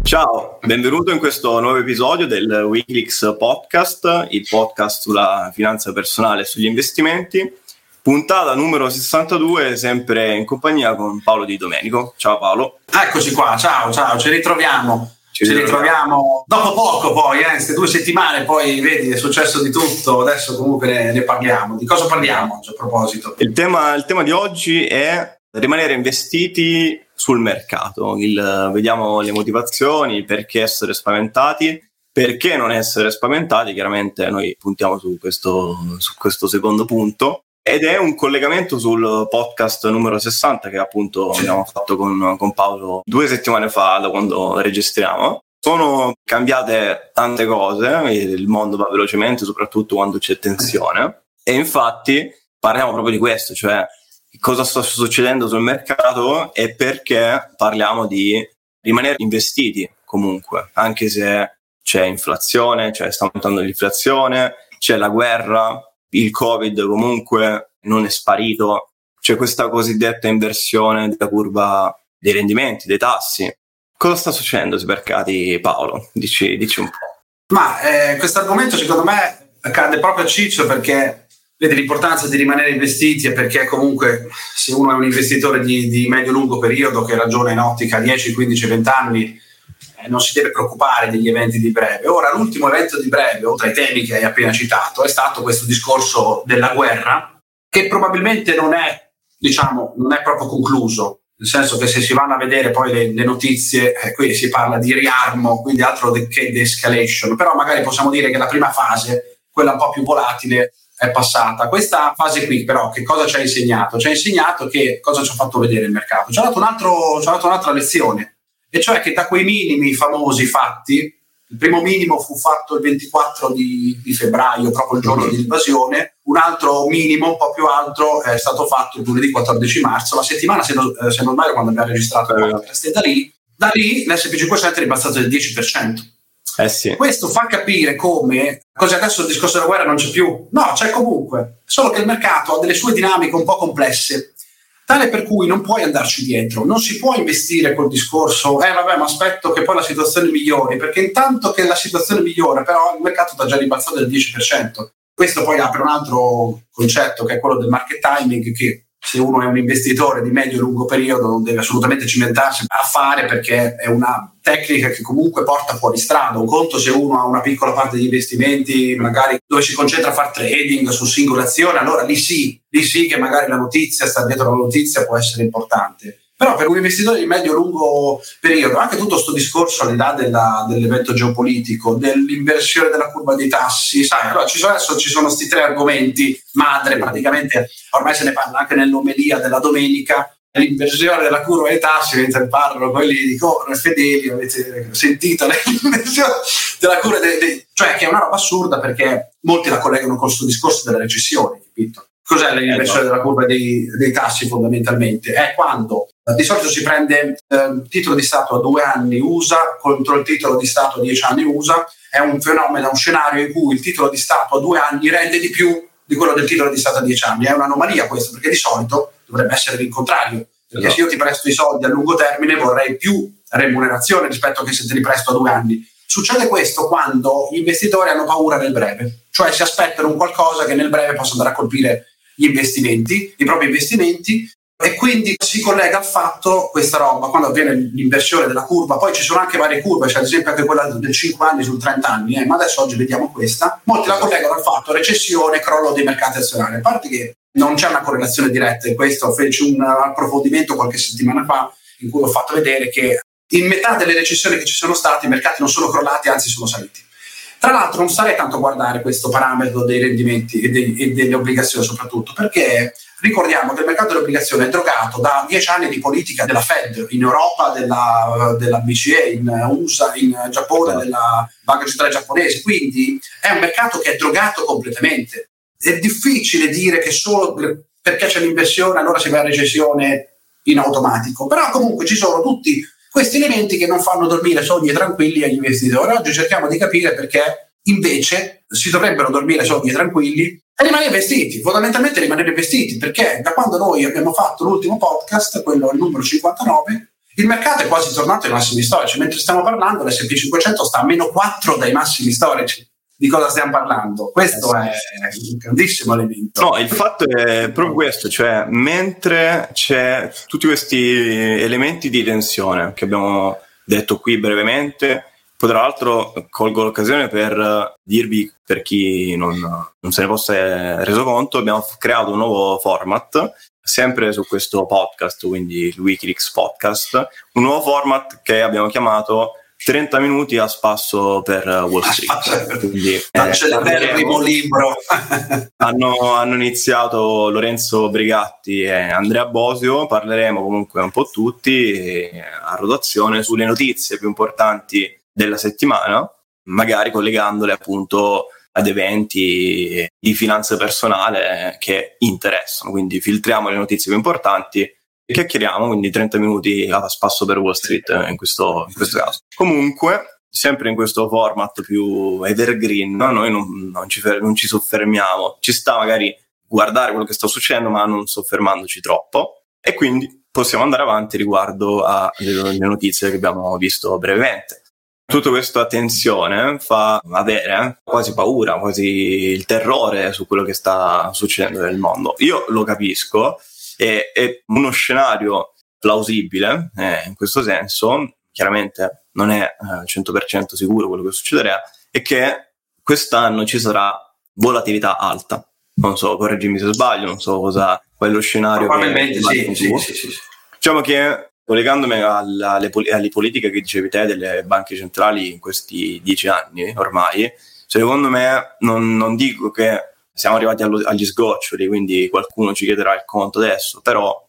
Ciao, benvenuto in questo nuovo episodio del Wikileaks Podcast, il podcast sulla finanza personale e sugli investimenti. Puntata numero 62, sempre in compagnia con Paolo Di Domenico. Ciao Paolo. Eccoci qua, ciao, ci ritroviamo. Ci ritroviamo dopo poco poi, queste 2 settimane, poi vedi è successo di tutto, adesso comunque ne parliamo. Di cosa parliamo oggi a proposito? Il tema di oggi è rimanere investiti sul mercato. Vediamo le motivazioni, perché essere spaventati, perché non essere spaventati. Chiaramente noi puntiamo su questo secondo punto, ed è un collegamento sul podcast numero 60 che appunto abbiamo fatto con Paolo 2 settimane fa, da quando registriamo. Sono cambiate tante cose, il mondo va velocemente, soprattutto quando c'è tensione, e infatti parliamo proprio di questo, cioè cosa sta succedendo sul mercato e perché parliamo di rimanere investiti comunque, anche se c'è inflazione, cioè sta aumentando l'inflazione, c'è la guerra, il Covid comunque non è sparito, c'è questa cosiddetta inversione della curva dei rendimenti, dei tassi. Cosa sta succedendo sui mercati, Paolo? Dici un po'. Questo argomento secondo me cade proprio a ciccio, perché vedi l'importanza di rimanere investiti, e perché comunque se uno è un investitore di medio-lungo periodo che ragiona in ottica 10, 15, 20 anni, non si deve preoccupare degli eventi di breve. Ora, l'ultimo evento di breve, oltre ai temi che hai appena citato, è stato questo discorso della guerra, che probabilmente non è proprio concluso, nel senso che se si vanno a vedere poi le notizie, qui si parla di riarmo, quindi altro che de-escalation, però magari possiamo dire che la prima fase, quella un po' più volatile, è passata. Questa fase qui però che cosa ci ha insegnato? Ci ha insegnato che cosa ci ha fatto vedere il mercato? Ci ha dato un'altra lezione, e cioè che da quei minimi famosi fatti, il primo minimo fu fatto il 24 di febbraio, proprio il giorno dell'invasione, un altro minimo un po' più alto è stato fatto il lunedì 14 marzo, la settimana se non sbaglio quando abbiamo registrato il podcast, e da lì l'S&P 500 è ribalzato del 10%. Sì. Questo fa capire come così adesso il discorso della guerra non c'è più, no, c'è comunque, solo che il mercato ha delle sue dinamiche un po' complesse, tale per cui non puoi andarci dietro, non si può investire col discorso ma aspetto che poi la situazione migliori, perché intanto che la situazione migliora però il mercato ti ha già ribalzato del 10%. Questo poi apre un altro concetto, che è quello del market timing, che se uno è un investitore di medio-lungo periodo non deve assolutamente cimentarsi a fare, perché è una tecnica che comunque porta fuori strada. Un conto se uno ha una piccola parte di investimenti, magari dove si concentra a fare trading su singole azioni, allora lì sì che magari la notizia, sta dietro la notizia, può essere importante. Però per un investitore di medio-lungo periodo, anche tutto questo discorso al di là dell'evento geopolitico, dell'inversione della curva dei tassi, sai, allora adesso ci sono questi 3 argomenti madre, praticamente ormai se ne parla anche nell'omelia della domenica, l'inversione della curva dei tassi, mentre parlano quelli di fedeli, avete sentito l'inversione della curva cioè che è una roba assurda, perché molti la collegano con questo discorso della recessione, capito? Cos'è l'inversione della curva dei tassi fondamentalmente? È quando di solito si prende titolo di Stato a 2 anni USA contro il titolo di Stato a 10 anni USA, è un fenomeno, un scenario in cui il titolo di Stato a 2 anni rende di più di quello del titolo di Stato a 10 anni. È un'anomalia questo, perché di solito dovrebbe essere il contrario, perché se io ti presto i soldi a lungo termine vorrei più remunerazione rispetto a che se te li presto a 2 anni. Succede questo quando gli investitori hanno paura del breve, cioè si aspettano un qualcosa che nel breve possa andare a colpire i propri investimenti, e quindi si collega al fatto, questa roba, quando avviene l'inversione della curva. Poi ci sono anche varie curve, c'è ad esempio anche quella del 5 anni sul 30 anni, ma adesso oggi vediamo questa. Molti la collegano al fatto recessione, crollo dei mercati azionari, a parte che non c'è una correlazione diretta. In questo feci un approfondimento qualche settimana fa in cui ho fatto vedere che in metà delle recessioni che ci sono state i mercati non sono crollati, anzi sono saliti. Tra l'altro non starei tanto a guardare questo parametro dei rendimenti e delle obbligazioni soprattutto, perché ricordiamo che il mercato delle obbligazioni è drogato da 10 anni di politica della Fed in Europa, della BCE in USA, in Giappone, della Banca Centrale Giapponese, quindi è un mercato che è drogato completamente. È difficile dire che solo perché c'è l'inversione allora si va a recessione in automatico, però comunque ci sono tutti questi elementi che non fanno dormire sogni tranquilli agli investitori. Oggi cerchiamo di capire perché invece si dovrebbero dormire sogni tranquilli e rimanere investiti, fondamentalmente rimanere investiti, perché da quando noi abbiamo fatto l'ultimo podcast, quello il numero 59, il mercato è quasi tornato ai massimi storici. Mentre stiamo parlando, l'S&P 500 sta a meno 4 dai massimi storici. Di cosa stiamo parlando? Questo è un grandissimo elemento. No, il fatto è proprio questo, cioè mentre c'è tutti questi elementi di tensione che abbiamo detto qui brevemente, poi tra l'altro colgo l'occasione per dirvi, per chi non se ne fosse reso conto, abbiamo creato un nuovo format sempre su questo podcast, quindi il Wikileaks Podcast, un nuovo format che abbiamo chiamato 30 minuti a spasso per Wall Street. Quindi, il primo libro. hanno iniziato Lorenzo Brigatti e Andrea Bosio. Parleremo comunque un po' tutti a rotazione sulle notizie più importanti della settimana, magari collegandole appunto ad eventi di finanza personale che interessano. Quindi filtriamo le notizie più importanti e chiacchieriamo, quindi 30 minuti a spasso per Wall Street in questo caso. Comunque, sempre in questo format più evergreen, noi non ci soffermiamo, ci sta magari guardare quello che sta succedendo, ma non soffermandoci troppo, e quindi possiamo andare avanti riguardo alle notizie che abbiamo visto brevemente. Tutta questa tensione fa avere quasi paura, quasi il terrore su quello che sta succedendo nel mondo. Io lo capisco, è uno scenario plausibile in questo senso. Chiaramente non è 100% sicuro quello che succederà, e che quest'anno ci sarà volatilità alta. Non so, correggimi se sbaglio, non so qual è lo scenario. Probabilmente sì. Diciamo che, collegandomi alle politiche che dicevi te delle banche centrali in questi 10 anni ormai, secondo me non dico che siamo arrivati agli sgoccioli, quindi qualcuno ci chiederà il conto adesso, però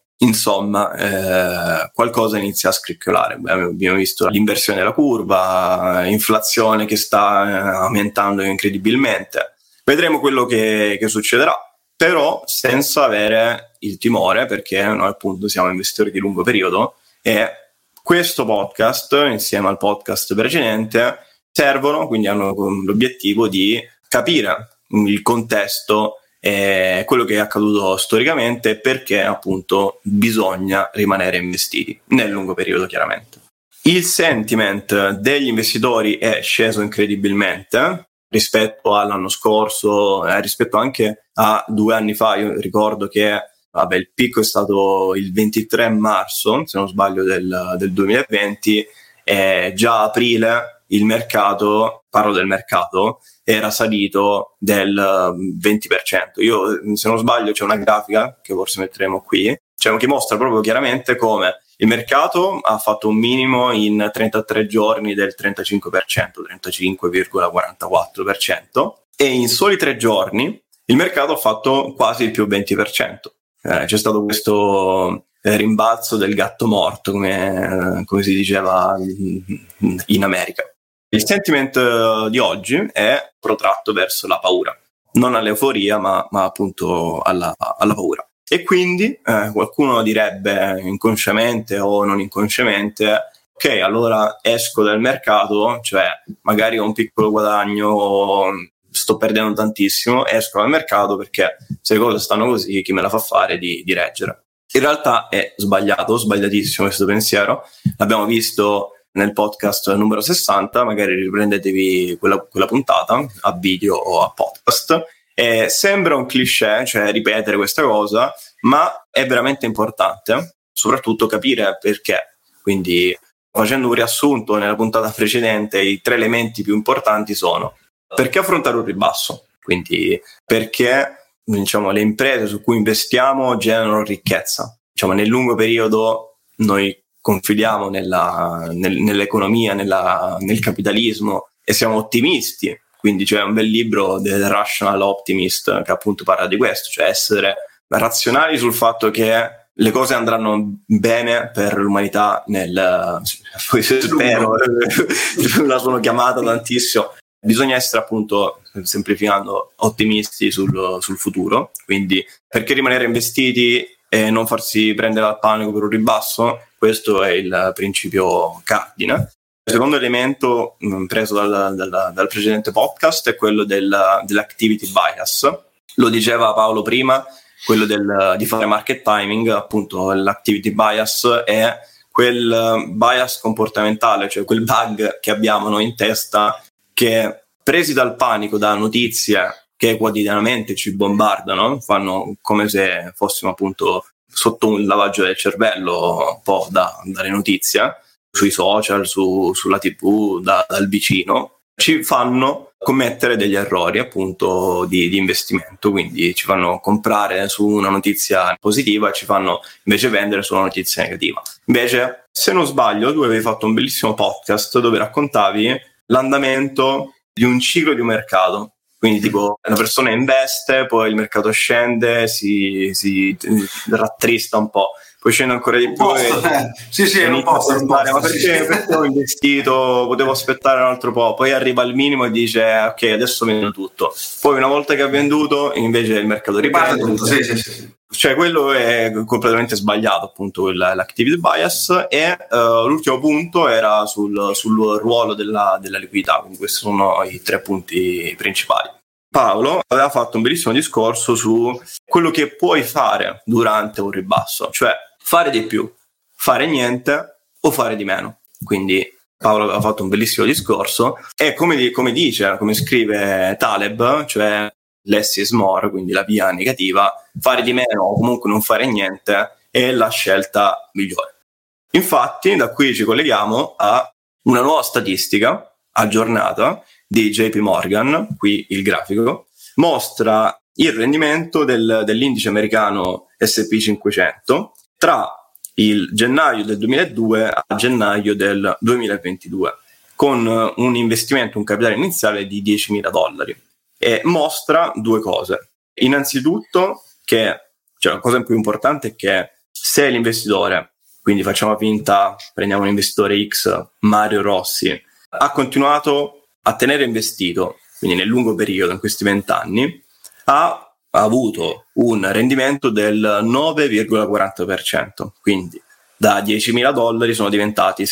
insomma qualcosa inizia a scricchiolare. Abbiamo visto l'inversione della curva, inflazione che sta aumentando incredibilmente. Vedremo quello che succederà, però senza avere il timore, perché noi appunto siamo investitori di lungo periodo, e questo podcast insieme al podcast precedente servono, quindi hanno l'obiettivo di capire il contesto e quello che è accaduto storicamente, perché appunto bisogna rimanere investiti nel lungo periodo. Chiaramente il sentiment degli investitori è sceso incredibilmente rispetto all'anno scorso, rispetto anche a 2 anni fa. Io ricordo che il picco è stato il 23 marzo, se non sbaglio, del 2020, e già a aprile il mercato, parlo del mercato, era salito del 20%. Io, se non sbaglio, c'è una grafica che forse metteremo qui, che mostra proprio chiaramente come il mercato ha fatto un minimo in 33 giorni del 35%, 35,44%, e in soli 3 giorni il mercato ha fatto quasi il più 20%. C'è stato questo rimbalzo del gatto morto, come si diceva in America. Il sentiment di oggi è protratto verso la paura, non all'euforia, ma appunto alla paura. E quindi qualcuno direbbe, inconsciamente o non inconsciamente, ok, allora esco dal mercato, cioè magari ho un piccolo guadagno, sto perdendo tantissimo, esco dal mercato perché se le cose stanno così, chi me la fa fare di reggere? In realtà è sbagliatissimo questo pensiero. L'abbiamo visto nel podcast numero 60, magari riprendetevi quella puntata a video o a podcast. Sembra un cliché, cioè ripetere questa cosa, ma è veramente importante soprattutto capire perché. Quindi, facendo un riassunto nella puntata precedente, i 3 elementi più importanti sono: perché affrontare un ribasso? Quindi perché le imprese su cui investiamo generano ricchezza. Nel lungo periodo noi confidiamo nell'economia, nel capitalismo, e siamo ottimisti. Quindi c'è un bel libro, The Rational Optimist, che appunto parla di questo, cioè essere razionali sul fatto che le cose andranno bene per l'umanità poi spero, la sono chiamata tantissimo. Bisogna essere, appunto, semplificando, ottimisti sul futuro. Quindi perché rimanere investiti e non farsi prendere dal panico per un ribasso? Questo è il principio cardine. Il secondo elemento preso dal precedente podcast è quello dell'activity bias. Lo diceva Paolo prima, quello di fare market timing. Appunto, l'activity bias è quel bias comportamentale, cioè quel bug che abbiamo noi in testa, che presi dal panico, da notizie che quotidianamente ci bombardano, fanno come se fossimo appunto sotto un lavaggio del cervello un po' dalle notizie, sui social, sulla TV, dal vicino, ci fanno commettere degli errori appunto di investimento, quindi ci fanno comprare su una notizia positiva e ci fanno invece vendere su una notizia negativa. Invece, se non sbaglio, tu avevi fatto un bellissimo podcast dove raccontavi l'andamento di un ciclo di un mercato. Quindi tipo una persona investe, poi il mercato scende, si rattrista un po', poi scende ancora di più sì, non posso ma perché ho investito, potevo aspettare un altro po', poi arriva al minimo e dice ok, adesso vendo tutto, poi una volta che ha venduto invece il mercato riprende tutto. Sì. Cioè quello è completamente sbagliato, appunto l'activity bias. E l'ultimo punto era sul ruolo della liquidità, quindi questi sono i 3 punti principali. Paolo aveva fatto un bellissimo discorso su quello che puoi fare durante un ribasso, cioè fare di più, fare niente o fare di meno. Quindi Paolo aveva fatto un bellissimo discorso e come scrive Taleb, cioè less is more, quindi la via negativa, fare di meno o comunque non fare niente è la scelta migliore. Infatti da qui ci colleghiamo a una nuova statistica aggiornata di JP Morgan, qui il grafico, mostra il rendimento dell'indice americano S&P 500 tra il gennaio del 2002 a gennaio del 2022, con un investimento, un capitale iniziale di $10.000, e mostra 2 cose. Innanzitutto la cosa più importante è che se l'investitore, quindi facciamo finta, prendiamo un investitore X, Mario Rossi, ha continuato a tenere investito, quindi nel lungo periodo, in questi 20 anni, ha avuto un rendimento del 9,40%, quindi da $10.000 sono diventati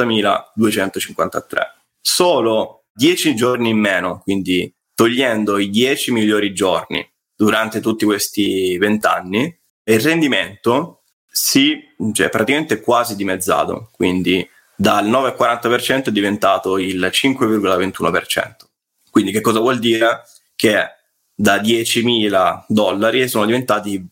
60.253. Solo 10 giorni in meno, quindi togliendo i 10 migliori giorni durante tutti questi 20 anni, il rendimento praticamente quasi dimezzato, quindi dal 9,40% è diventato il 5,21%. Quindi che cosa vuol dire? Che da $10.000 sono diventati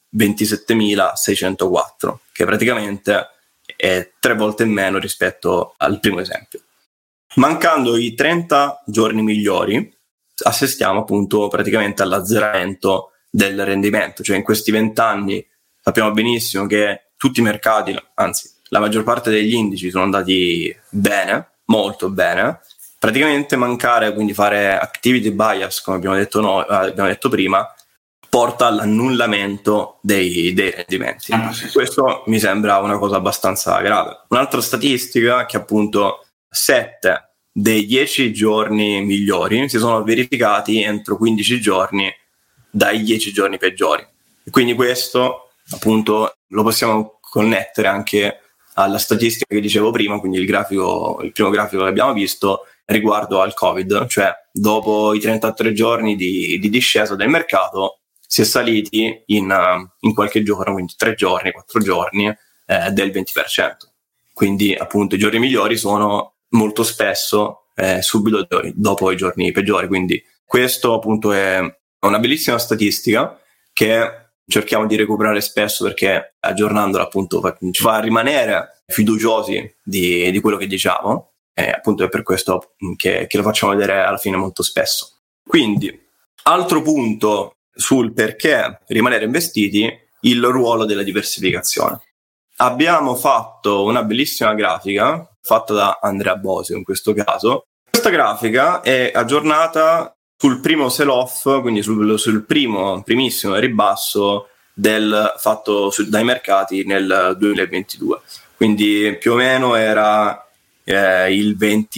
27.604, che praticamente è 3 volte meno rispetto al primo esempio. Mancando i 30 giorni migliori, assistiamo appunto praticamente all'azzeramento del rendimento, cioè in questi 20 anni sappiamo benissimo che tutti i mercati, anzi la maggior parte degli indici sono andati bene, molto bene. Praticamente mancare, quindi fare activity bias, come abbiamo detto prima, porta all'annullamento dei rendimenti. Questo mi sembra una cosa abbastanza grave. Un'altra statistica è che appunto 7 dei 10 giorni migliori si sono verificati entro 15 giorni dai 10 giorni peggiori. E quindi questo appunto lo possiamo connettere anche alla statistica che dicevo prima, quindi il primo grafico che abbiamo visto riguardo al Covid, cioè dopo i 33 giorni di discesa del mercato si è saliti in qualche giorno, quindi 3 giorni, 4 giorni, del 20%. Quindi appunto i giorni migliori sono molto spesso subito dopo i giorni peggiori, quindi questo appunto è una bellissima statistica che cerchiamo di recuperare spesso, perché aggiornandola appunto ci fa rimanere fiduciosi di quello che diciamo, e appunto è per questo che lo facciamo vedere alla fine molto spesso. Quindi altro punto sul perché rimanere investiti, il ruolo della diversificazione. Abbiamo fatto una bellissima grafica fatta da Andrea Bosio in questo caso. Questa grafica è aggiornata sul primo sell-off, quindi sul primissimo ribasso fatto dai mercati nel 2022. Quindi più o meno era il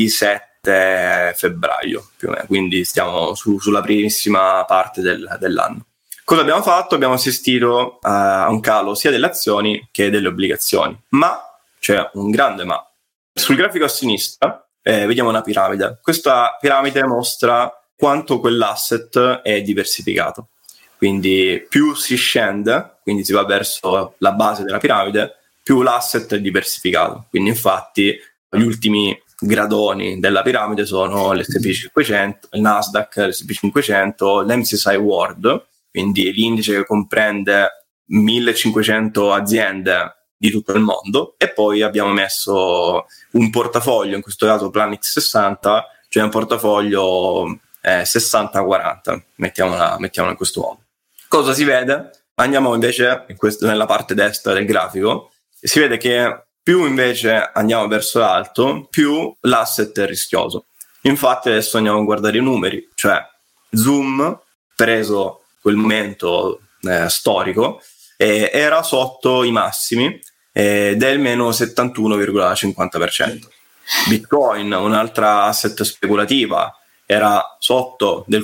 27 febbraio, più o meno. Quindi stiamo sulla primissima parte dell'anno. Cosa abbiamo fatto? Abbiamo assistito a un calo sia delle azioni che delle obbligazioni, ma c'è un grande ma. Sul grafico a sinistra vediamo una piramide. Questa piramide mostra quanto quell'asset è diversificato. Quindi più si scende, quindi si va verso la base della piramide, più l'asset è diversificato. Quindi infatti gli ultimi gradoni della piramide sono l'S&P 500, il Nasdaq, l'S&P 500, l'MSCI World, quindi l'indice che comprende 1500 aziende di tutto il mondo, e poi abbiamo messo un portafoglio, in questo caso Planet 60, cioè un portafoglio 60-40, mettiamola in questo modo. Cosa si vede? Andiamo invece nella parte destra del grafico, e si vede che più invece andiamo verso l'alto, più l'asset è rischioso. Infatti adesso andiamo a guardare i numeri, cioè Zoom, preso quel momento storico, era sotto i massimi del meno 71,50%. Bitcoin, un'altra asset speculativa, era sotto del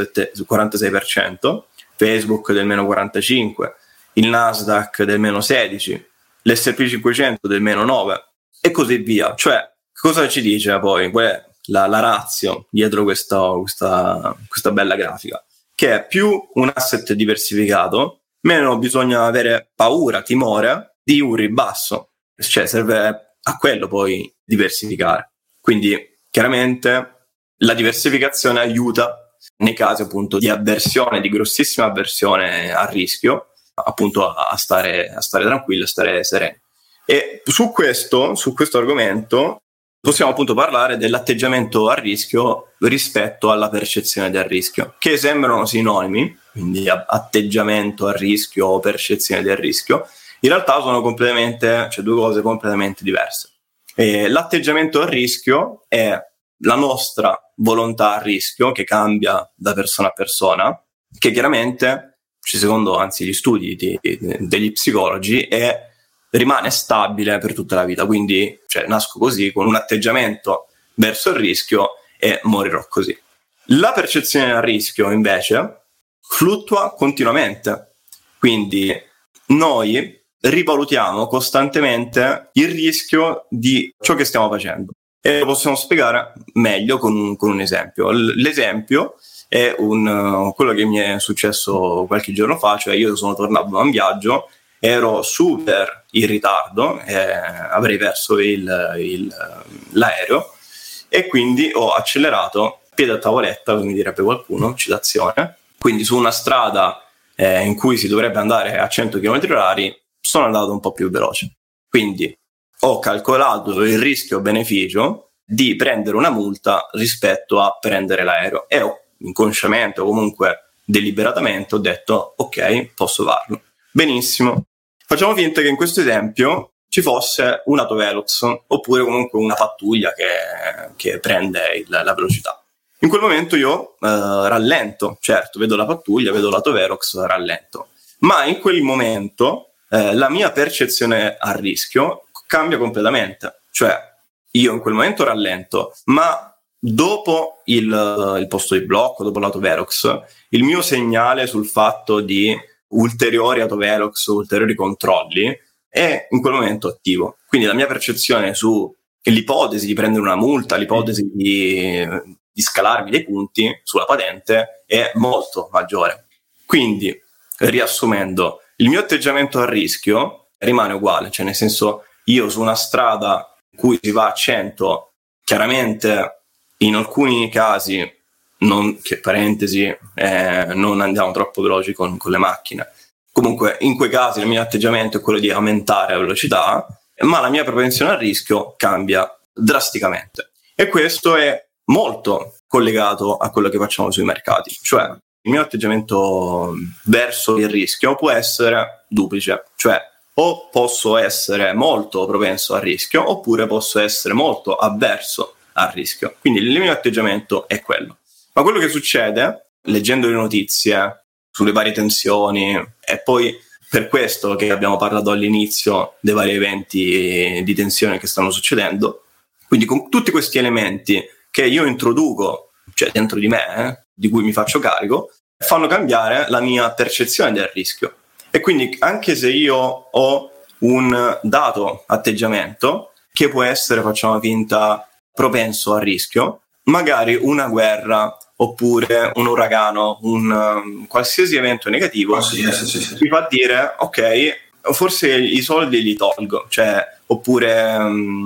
46%, Facebook del meno 45%, il Nasdaq del meno 16%, l'S&P 500 del meno 9% e così via. Cioè, cosa ci dice poi? Qual è la ratio dietro questa bella grafica? Che più un asset è diversificato, meno bisogna avere paura, timore di un ribasso. Cioè, serve a quello poi diversificare. Quindi, chiaramente, la diversificazione aiuta nei casi appunto di avversione, di grossissima avversione al rischio, appunto a stare tranquilli, a stare sereni. E su questo argomento possiamo appunto parlare dell'atteggiamento a rischio rispetto alla percezione del rischio, che sembrano sinonimi, quindi atteggiamento a rischio o percezione del rischio, in realtà sono due cose completamente diverse. E l'atteggiamento a rischio è la nostra volontà a rischio, che cambia da persona a persona, che chiaramente, secondo gli studi degli psicologi, rimane stabile per tutta la vita. Quindi nasco così, con un atteggiamento verso il rischio, e morirò così. La percezione del rischio invece fluttua continuamente, quindi noi rivalutiamo costantemente il rischio di ciò che stiamo facendo, e lo possiamo spiegare meglio con un esempio. L'esempio è quello che mi è successo qualche giorno fa, cioè io sono tornato da un viaggio, ero super in ritardo, avrei perso l'aereo, e quindi ho accelerato piede a tavoletta, come direbbe qualcuno, citazione. Quindi su una strada in cui si dovrebbe andare a 100 km/h sono andato un po' più veloce. Quindi ho calcolato il rischio-beneficio di prendere una multa rispetto a prendere l'aereo, e inconsciamente o comunque deliberatamente ho detto ok, posso farlo. Benissimo. Facciamo finta che in questo esempio ci fosse un autovelox oppure comunque una pattuglia che prende la velocità. In quel momento io rallento, certo, vedo la pattuglia, vedo l'autovelox, rallento. Ma in quel momento la mia percezione a rischio cambia completamente. Cioè, io in quel momento rallento, ma dopo il posto di blocco, dopo l'autovelox, il mio segnale sul fatto di ulteriori autovelox, ulteriori controlli, è in quel momento attivo. Quindi la mia percezione sull'ipotesi di prendere una multa, l'ipotesi di scalarmi dei punti sulla patente è molto maggiore. Quindi, riassumendo, il mio atteggiamento a rischio rimane uguale, cioè nel senso, io su una strada in cui si va a 100, chiaramente in alcuni casi, non andiamo troppo veloci con le macchine. Comunque in quei casi il mio atteggiamento è quello di aumentare la velocità, ma la mia propensione al rischio cambia drasticamente. E questo è molto collegato a quello che facciamo sui mercati. Cioè, il mio atteggiamento verso il rischio può essere duplice, cioè o posso essere molto propenso al rischio oppure posso essere molto avverso al rischio. Quindi il mio atteggiamento è quello. Ma quello che succede, leggendo le notizie sulle varie tensioni, e poi per questo che abbiamo parlato all'inizio dei vari eventi di tensione che stanno succedendo, quindi con tutti questi elementi che io introduco, cioè dentro di me, di cui mi faccio carico, fanno cambiare la mia percezione del rischio. E quindi anche se io ho un dato atteggiamento che può essere, facciamo finta, propenso al rischio, magari una guerra oppure un uragano, un qualsiasi evento negativo mi fa dire ok, forse i soldi li tolgo, cioè, oppure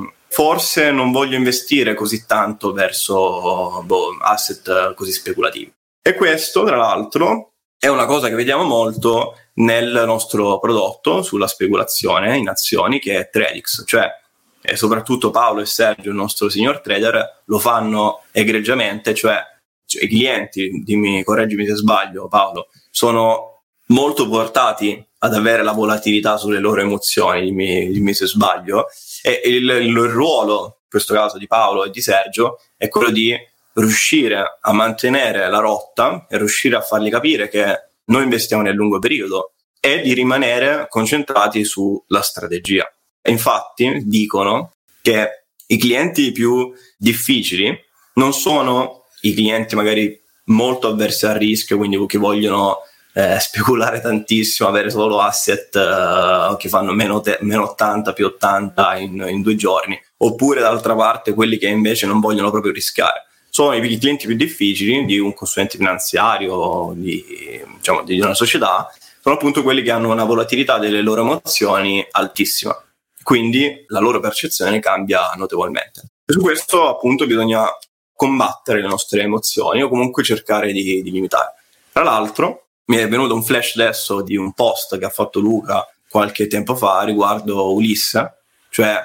forse non voglio investire così tanto verso asset così speculativi. E questo, tra l'altro, è una cosa che vediamo molto nel nostro prodotto sulla speculazione in azioni, che è Tradix, cioè soprattutto Paolo e Sergio, il nostro senior trader, lo fanno egregiamente, cioè i clienti, correggimi se sbaglio Paolo, sono molto portati ad avere la volatilità sulle loro emozioni, dimmi se sbaglio, e il ruolo, in questo caso di Paolo e di Sergio, è quello di riuscire a mantenere la rotta e riuscire a fargli capire che noi investiamo nel lungo periodo e di rimanere concentrati sulla strategia. E infatti dicono che i clienti più difficili non sono i clienti magari molto avversi al rischio, quindi che vogliono speculare tantissimo, avere solo asset che fanno meno 80 più 80 in 2 giorni, oppure d'altra parte quelli che invece non vogliono proprio rischiare. Sono i clienti più difficili di un consulente finanziario, di una società, sono appunto quelli che hanno una volatilità delle loro emozioni altissima, quindi la loro percezione cambia notevolmente. E su questo appunto bisogna combattere le nostre emozioni o comunque cercare di limitare. Tra l'altro mi è venuto un flash adesso di un post che ha fatto Luca qualche tempo fa riguardo Ulisse, cioè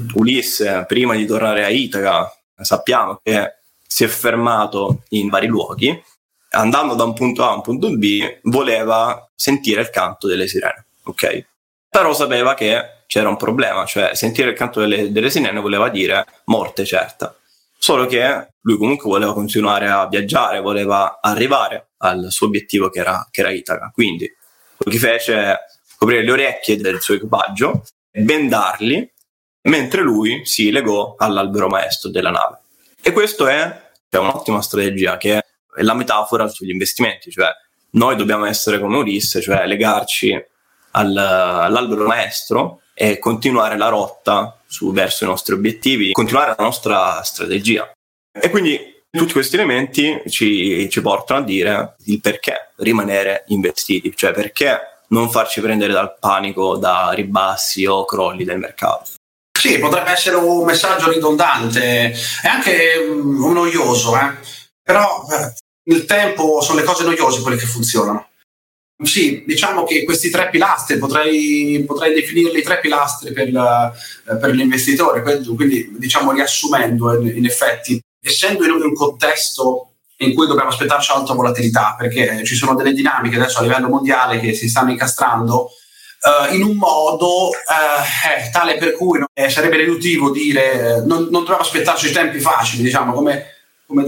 Ulisse prima di tornare a Itaca sappiamo che si è fermato in vari luoghi, andando da un punto A a un punto B voleva sentire il canto delle sirene, ok? Però sapeva che c'era un problema, cioè sentire il canto delle sirene voleva dire morte certa. Solo che lui comunque voleva continuare a viaggiare, voleva arrivare al suo obiettivo che era Itaca. Quindi quello che fece è coprire le orecchie del suo equipaggio e bendarli, mentre lui si legò all'albero maestro della nave. E questo è un'ottima strategia, che è la metafora sugli investimenti, cioè noi dobbiamo essere come Ulisse, cioè legarci all'albero maestro e continuare la rotta verso i nostri obiettivi, continuare la nostra strategia. E quindi tutti questi elementi ci portano a dire il perché rimanere investiti, cioè perché non farci prendere dal panico da ribassi o crolli del mercato. Sì, potrebbe essere un messaggio ridondante e anche noioso, però nel tempo sono le cose noiose quelle che funzionano. Sì, diciamo che questi 3 pilastri potrei definirli 3 pilastri per l'investitore, quindi diciamo riassumendo in effetti, essendo in un contesto in cui dobbiamo aspettarci alta volatilità, perché ci sono delle dinamiche adesso a livello mondiale che si stanno incastrando in un modo tale per cui sarebbe riduttivo dire non dobbiamo aspettarci tempi facili, diciamo, come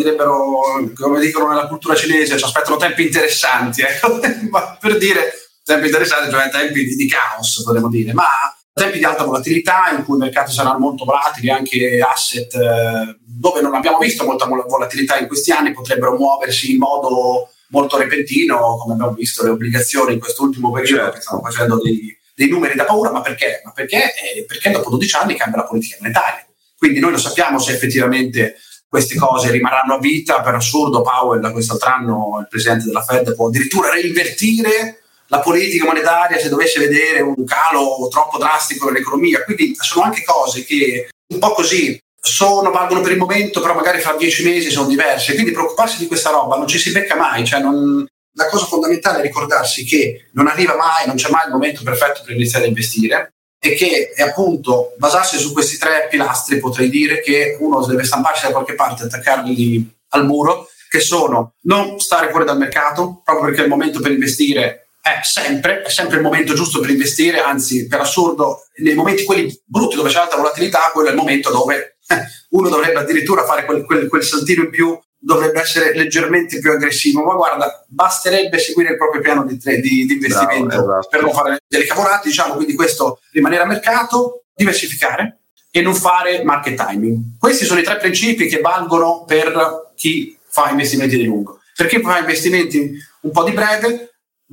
dicono nella cultura cinese, ci aspettano tempi interessanti, ma per dire tempi interessanti, cioè tempi di caos, potremmo dire, ma tempi di alta volatilità in cui i mercati saranno molto volatili, anche asset dove non abbiamo visto molta volatilità in questi anni potrebbero muoversi in modo molto repentino, come abbiamo visto le obbligazioni in quest'ultimo periodo, che stanno facendo dei numeri da paura. Ma perché? Perché dopo 12 anni cambia la politica monetaria, quindi noi non sappiamo se effettivamente queste cose rimarranno a vita. Per assurdo Powell da quest'altro anno, il presidente della Fed, può addirittura reinvertire la politica monetaria se dovesse vedere un calo troppo drastico nell'economia. Quindi sono anche cose che un po' così valgono per il momento, però magari fra 10 mesi sono diverse, quindi preoccuparsi di questa roba non ci si becca mai, cioè la cosa fondamentale è ricordarsi che non arriva mai, non c'è mai il momento perfetto per iniziare a investire, e che è appunto basarsi su questi 3 pilastri. Potrei dire che uno deve stamparsi da qualche parte, attaccarli al muro, che sono non stare fuori dal mercato, proprio perché il momento per investire è sempre il momento giusto per investire, anzi per assurdo nei momenti quelli brutti dove c'è alta volatilità, quello è il momento dove uno dovrebbe addirittura fare quel saltino in più, dovrebbe essere leggermente più aggressivo, ma guarda, basterebbe seguire il proprio piano di investimento. Bravo, esatto, per non fare delle cavolate, diciamo. Quindi questo, rimanere a mercato, diversificare e non fare market timing. Questi sono i 3 principi che valgono per chi fa investimenti di lungo. Per chi fa investimenti un po' di breve,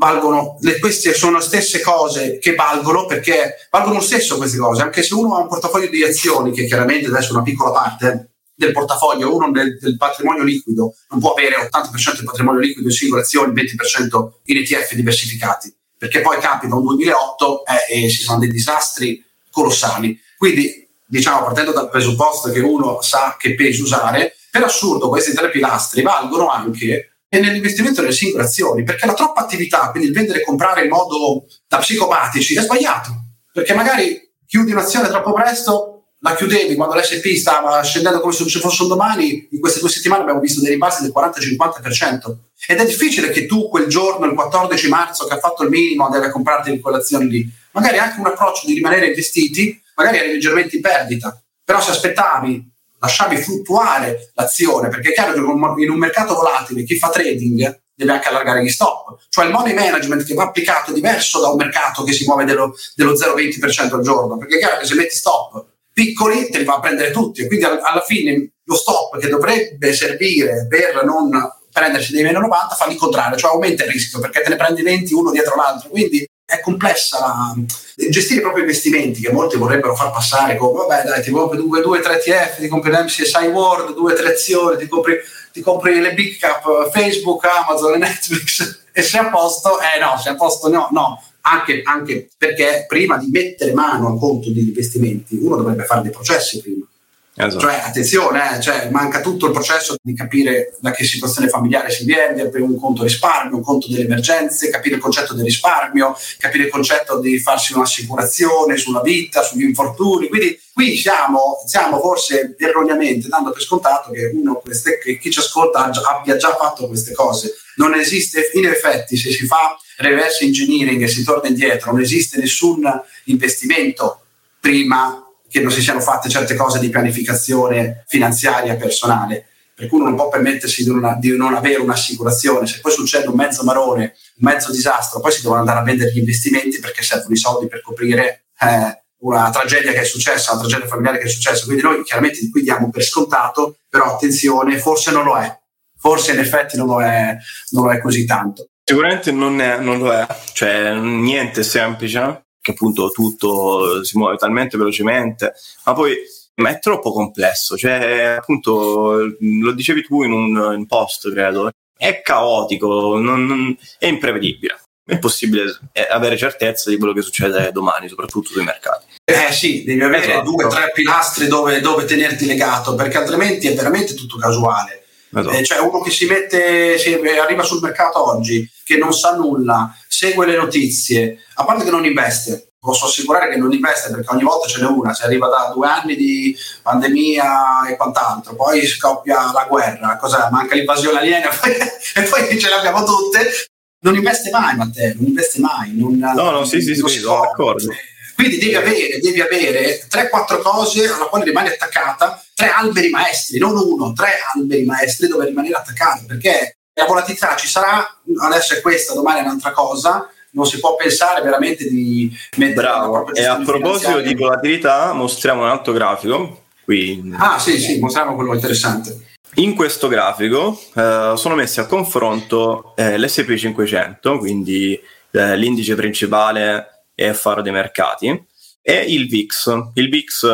queste sono le stesse cose che valgono, perché valgono lo stesso queste cose, anche se uno ha un portafoglio di azioni, che chiaramente adesso è una piccola parte del portafoglio, uno del patrimonio liquido non può avere 80% del patrimonio liquido in singole azioni, 20% in ETF diversificati. perché poi capita un 2008 e ci sono dei disastri colossali. Quindi, diciamo, partendo dal presupposto che uno sa che peso usare, per assurdo questi 3 pilastri valgono anche nell'investimento nelle singole azioni, perché la troppa attività, quindi il vendere e comprare in modo da psicopatici, è sbagliato, perché magari chiudi un'azione troppo presto, la chiudevi quando l'S&P stava scendendo come se non ci fosse un domani. In queste 2 settimane abbiamo visto dei rimbalzi del 40-50%, ed è difficile che tu quel giorno, il 14 marzo, che ha fatto il minimo, deve comprarti quelle azioni lì. Magari anche un approccio di rimanere investiti, magari eri leggermente in perdita, però se aspettavi, lasciavi fluttuare l'azione, perché è chiaro che in un mercato volatile chi fa trading deve anche allargare gli stop, cioè il money management che va applicato è diverso da un mercato che si muove dello 0,20% al giorno, perché è chiaro che se metti stop piccoli te li va a prendere tutti, e quindi alla fine lo stop che dovrebbe servire per non prendersi dei meno 90 fa il contrario, cioè aumenta il rischio perché te ne prendi 20 uno dietro l'altro. Quindi è complessa gestire i propri investimenti, che molti vorrebbero far passare come vabbè dai, ti compri 2 3 ETF, ti compri l'MSCI World, 2 3 azioni, ti compri le big cap, Facebook, Amazon e Netflix e sei a posto. No, sei a posto, no. Anche perché prima di mettere mano al conto degli investimenti uno dovrebbe fare dei processi prima. Esatto. Cioè attenzione, manca tutto il processo di capire da che situazione familiare si viene, aprire un conto risparmio, un conto delle emergenze, capire il concetto del risparmio, capire il concetto di farsi un'assicurazione sulla vita, sugli infortuni. Quindi qui stiamo forse erroneamente dando per scontato che che chi ci ascolta abbia già fatto queste cose. Non esiste, in effetti, se si fa reverse engineering e si torna indietro, non esiste nessun investimento prima che non si siano fatte certe cose di pianificazione finanziaria personale, per cui uno non può permettersi di non avere un'assicurazione. Se poi succede un mezzo marone, un mezzo disastro, poi si devono andare a vendere gli investimenti perché servono i soldi per coprire una tragedia che è successa, una tragedia familiare che è successa. Quindi noi chiaramente qui diamo per scontato, però attenzione, forse non lo è, forse in effetti non lo è così tanto. Sicuramente non lo è, cioè niente semplice, che appunto tutto si muove talmente velocemente, ma è troppo complesso, cioè appunto lo dicevi tu in un post, credo, è caotico, è imprevedibile, è impossibile avere certezza di quello che succede domani, soprattutto sui mercati. Sì, devi avere 2 o 3 pilastri dove tenerti legato, perché altrimenti è veramente tutto casuale. Esatto. Cioè uno che arriva sul mercato oggi, che non sa nulla, segue le notizie, a parte che non investe, posso assicurare che non investe, perché ogni volta ce n'è una, si arriva da 2 anni di pandemia e quant'altro, poi scoppia la guerra, manca l'invasione aliena e poi ce le abbiamo tutte. Non investe mai, Matteo, non investe mai. Sì, sono d'accordo. Quindi devi avere 3-4 cose alla quale rimani attaccata, 3 alberi maestri, non 1, 3 alberi maestri dove rimanere attaccati, perché la volatilità ci sarà, adesso è questa, domani è un'altra cosa, non si può pensare veramente di mettere. Bravo, e a proposito di volatilità mostriamo un altro grafico qui. Sì, mostriamo quello interessante. In questo grafico sono messi a confronto l'S&P 500, quindi l'indice principale e faro dei mercati, e il VIX. Il VIX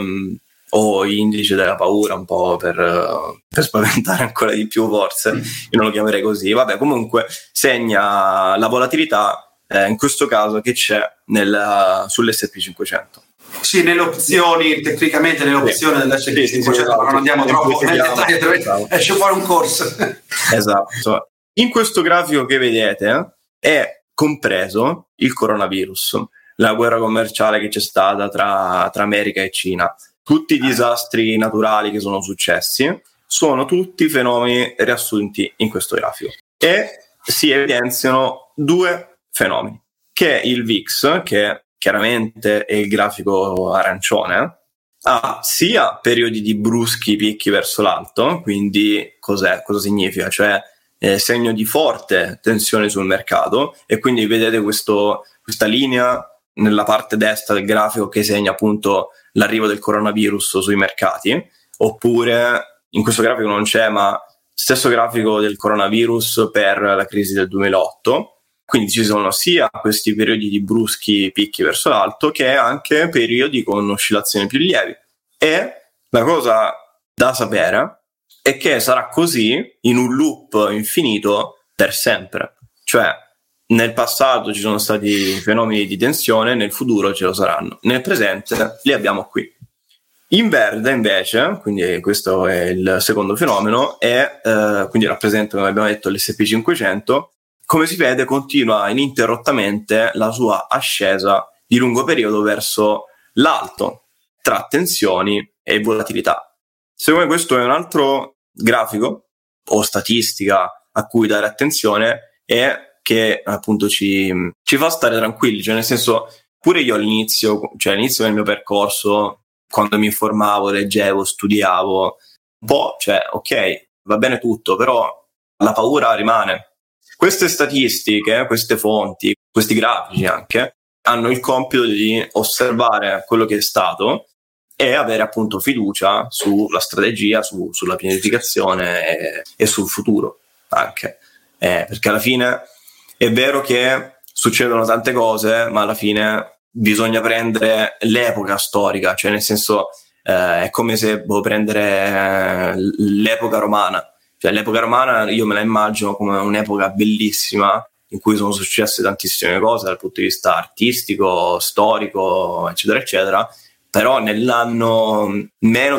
o indice della paura, un po' per spaventare ancora di più forse, io non lo chiamerei così, vabbè, comunque segna la volatilità in questo caso che c'è sull'S&P 500. Sì, nelle opzioni, tecnicamente nelle opzioni dell'S&P 500, ma non andiamo troppo nel dettaglio, esce fuori un corso. Esatto. In questo grafico che vedete è compreso il coronavirus, la guerra commerciale che c'è stata tra America e Cina. Tutti i disastri naturali che sono successi sono tutti fenomeni riassunti in questo grafico, e si evidenziano 2 fenomeni, che è il VIX, che chiaramente è il grafico arancione, ha sia periodi di bruschi picchi verso l'alto, quindi cosa significa? Cioè segno di forte tensione sul mercato, e quindi vedete questa linea nella parte destra del grafico che segna appunto l'arrivo del coronavirus sui mercati, oppure in questo grafico non c'è, ma stesso grafico del coronavirus per la crisi del 2008. Quindi ci sono sia questi periodi di bruschi picchi verso l'alto che anche periodi con oscillazioni più lievi. E la cosa da sapere è che sarà così in un loop infinito per sempre. Cioè nel passato ci sono stati fenomeni di tensione, nel futuro ce lo saranno, nel presente li abbiamo qui. In verde invece, quindi questo è il secondo fenomeno, quindi rappresenta, come abbiamo detto, l'S&P 500, come si vede continua ininterrottamente la sua ascesa di lungo periodo verso l'alto, tra tensioni e volatilità. Secondo me questo è un altro grafico o statistica a cui dare attenzione e che appunto ci fa stare tranquilli, cioè nel senso, pure io all'inizio del mio percorso, quando mi informavo, leggevo, studiavo, un po', cioè ok, va bene tutto, però la paura rimane. Queste statistiche, queste fonti, questi grafici anche, hanno il compito di osservare quello che è stato e avere appunto fiducia sulla strategia, sulla pianificazione e sul futuro anche. Perché alla fine è vero che succedono tante cose, ma alla fine bisogna prendere l'epoca storica, cioè nel senso è come se prendere l'epoca romana. Cioè l'epoca romana io me la immagino come un'epoca bellissima in cui sono successe tantissime cose dal punto di vista artistico, storico, eccetera, eccetera, però nell'anno meno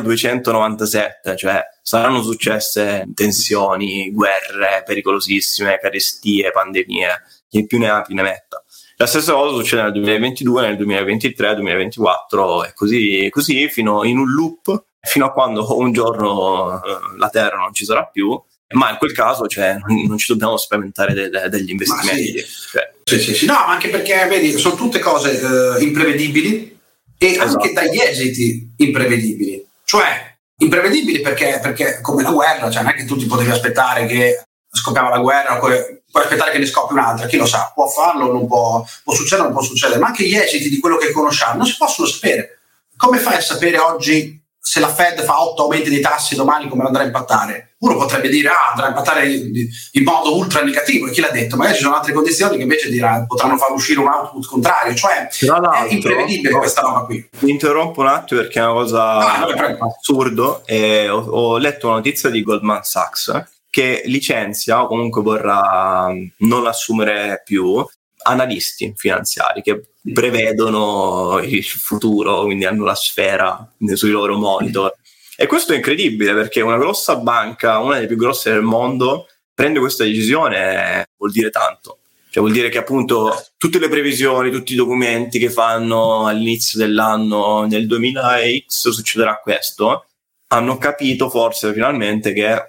297, cioè saranno successe tensioni, guerre pericolosissime, carestie, pandemie, chi più ne ha più ne metta. La stessa cosa succede nel 2022, nel 2023, 2024 e così fino in un loop, fino a quando un giorno la Terra non ci sarà più, ma in quel caso non ci dobbiamo spaventare degli investimenti. Sì. No, anche perché vedi, sono tutte cose imprevedibili e anche dagli esiti imprevedibili. Cioè, imprevedibili perché come la guerra, cioè non è che tu ti potevi aspettare che scoppiava la guerra, puoi aspettare che ne scoppi un'altra, chi lo sa, può farlo, non può succedere, non può succedere, ma anche gli esiti di quello che conosciamo non si possono sapere. Come fai a sapere oggi se la Fed fa 8 aumenti dei tassi domani come andrà a impattare? Uno potrebbe dire andrà a impattare in modo ultra negativo, e chi l'ha detto? Magari ci sono altre condizioni che invece potranno far uscire un output contrario, cioè è imprevedibile questa roba qui. Mi interrompo un attimo perché è una cosa assurdo, e ho letto una notizia di Goldman Sachs che licenzia o comunque vorrà non assumere più analisti finanziari che prevedono il futuro, quindi hanno la sfera sui loro monitor. E questo è incredibile perché una grossa banca, una delle più grosse del mondo, prende questa decisione, vuol dire tanto. Cioè vuol dire che appunto tutte le previsioni, tutti i documenti che fanno all'inizio dell'anno, nel 2000X succederà questo, hanno capito forse finalmente che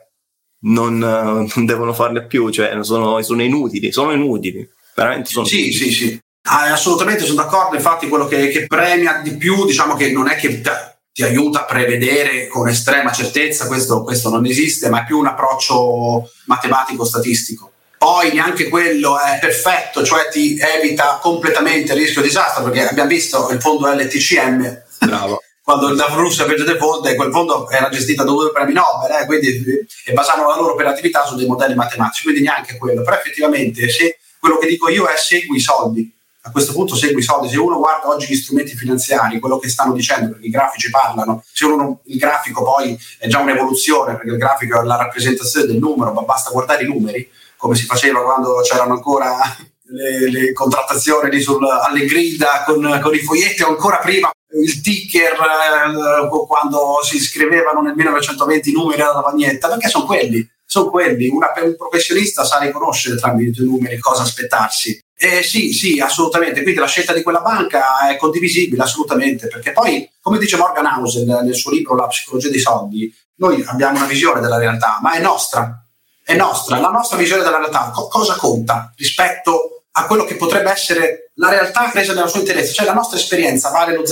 non devono farne più, cioè sono inutili, veramente sono sì, inutili. Sì. Assolutamente sono d'accordo, infatti quello che premia di più, diciamo che non è che ti aiuta a prevedere con estrema certezza, questo non esiste, ma è più un approccio matematico-statistico. Poi neanche quello è perfetto, cioè ti evita completamente il rischio di disastro, perché abbiamo visto il fondo LTCM, bravo. Quando la Russia fece default, quel fondo era gestito da 2 premi Nobel, quindi e basavano la loro operatività su dei modelli matematici, quindi neanche quello. Però effettivamente se quello che dico io è segui i soldi, a questo punto segui i soldi. Se uno guarda oggi gli strumenti finanziari, quello che stanno dicendo, perché i grafici parlano, il grafico poi è già un'evoluzione, perché il grafico è la rappresentazione del numero, ma basta guardare i numeri, come si faceva quando c'erano ancora le contrattazioni lì alle grida con i foglietti, o ancora prima il ticker, quando si scrivevano nel 1920 i numeri alla lavagnetta, perché sono quelli. Un professionista sa riconoscere tramite i numeri cosa aspettarsi. Sì, assolutamente. Quindi la scelta di quella banca è condivisibile, assolutamente, perché poi, come dice Morgan Housel nel suo libro La psicologia dei soldi, noi abbiamo una visione della realtà, ma è nostra. La nostra visione della realtà cosa conta rispetto a quello che potrebbe essere la realtà presa nella sua interezza, cioè la nostra esperienza vale lo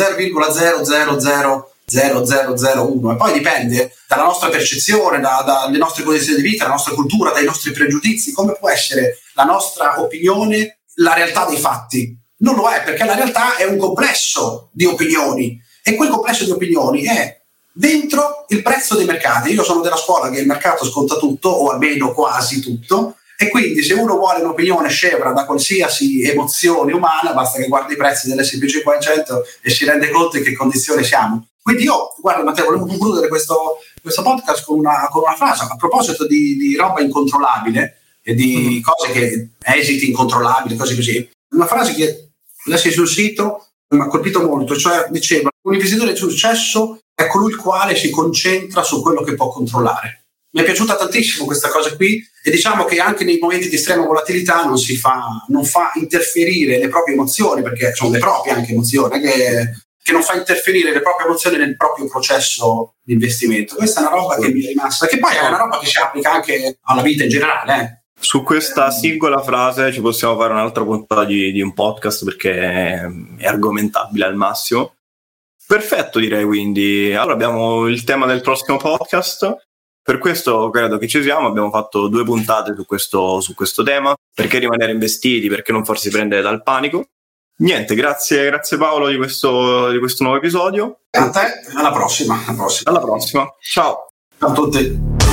0,0000001 e poi dipende dalla nostra percezione, dalle nostre condizioni di vita, dalla nostra cultura, dai nostri pregiudizi. Come può essere la nostra opinione la realtà dei fatti? Non lo è, perché la realtà è un complesso di opinioni, e quel complesso di opinioni è dentro il prezzo dei mercati. Io sono della scuola che il mercato sconta tutto, o almeno quasi tutto, e quindi se uno vuole un'opinione scevra da qualsiasi emozione umana, basta che guardi i prezzi dell'S&P 500 e si rende conto in che condizione siamo. Quindi io, guarda Matteo, volevo concludere questo podcast con una frase a proposito di roba incontrollabile. e di cose che esiti incontrollabili, cose così. Una frase che lessi sul sito mi ha colpito molto, cioè diceva: un investitore di successo è colui il quale si concentra su quello che può controllare. Mi è piaciuta tantissimo questa cosa qui, e diciamo che anche nei momenti di estrema volatilità non fa interferire le proprie emozioni, perché sono le proprie anche emozioni, che non fa interferire le proprie emozioni nel proprio processo di investimento. Questa è una roba che mi è rimasta, che poi è una roba che si applica anche alla vita in generale. Su questa singola frase ci possiamo fare un'altra puntata di un podcast, perché è argomentabile al massimo. Perfetto, direi. Quindi allora abbiamo il tema del prossimo podcast. Per questo credo che ci siamo, abbiamo fatto 2 puntate su questo tema, perché rimanere investiti, perché non farsi prendere dal panico. Niente, grazie Paolo di questo nuovo episodio. A te, alla prossima. Alla prossima, ciao. Ciao a tutti.